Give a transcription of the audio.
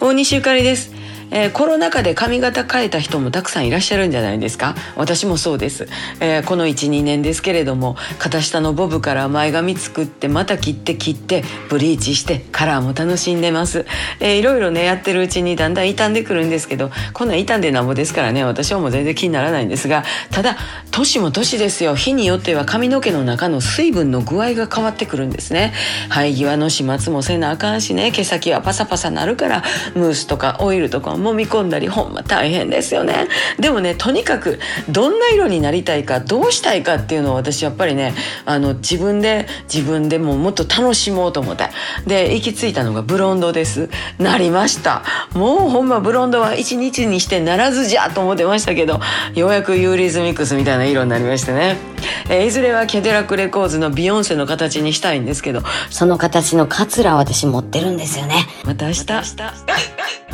大西ゆかりです。コロナ禍で髪型変えた人もたくさんいらっしゃるんじゃないですか。私もそうです。この 1,2 年ですけれども、肩下のボブから前髪作ってまた切ってブリーチしてカラーも楽しんでます。いろいろねやってるうちにだんだん傷んでくるんですけど、こんなん傷んでなんぼですからね、私はもう全然気にならないんですが、ただ年も年ですよ。日によっては髪の毛の中の水分の具合が変わってくるんですね。生え際の始末もせなあかんしね、毛先はパサパサなるからムースとかオイルとか揉み込んだり、ほんま大変ですよね。でもね、とにかくどんな色になりたいか、どうしたいかっていうのを私やっぱりね、自分でももっと楽しもうと思って、で行き着いたのがブロンドです。なりました。もうほんまブロンドは一日にしてならずじゃと思ってましたけど、ようやくユーリズミックスみたいな色になりましてね、いずれはキャデラックレコーズのビヨンセの形にしたいんですけど、 その形のカツラを私持ってるんですよね。 また明日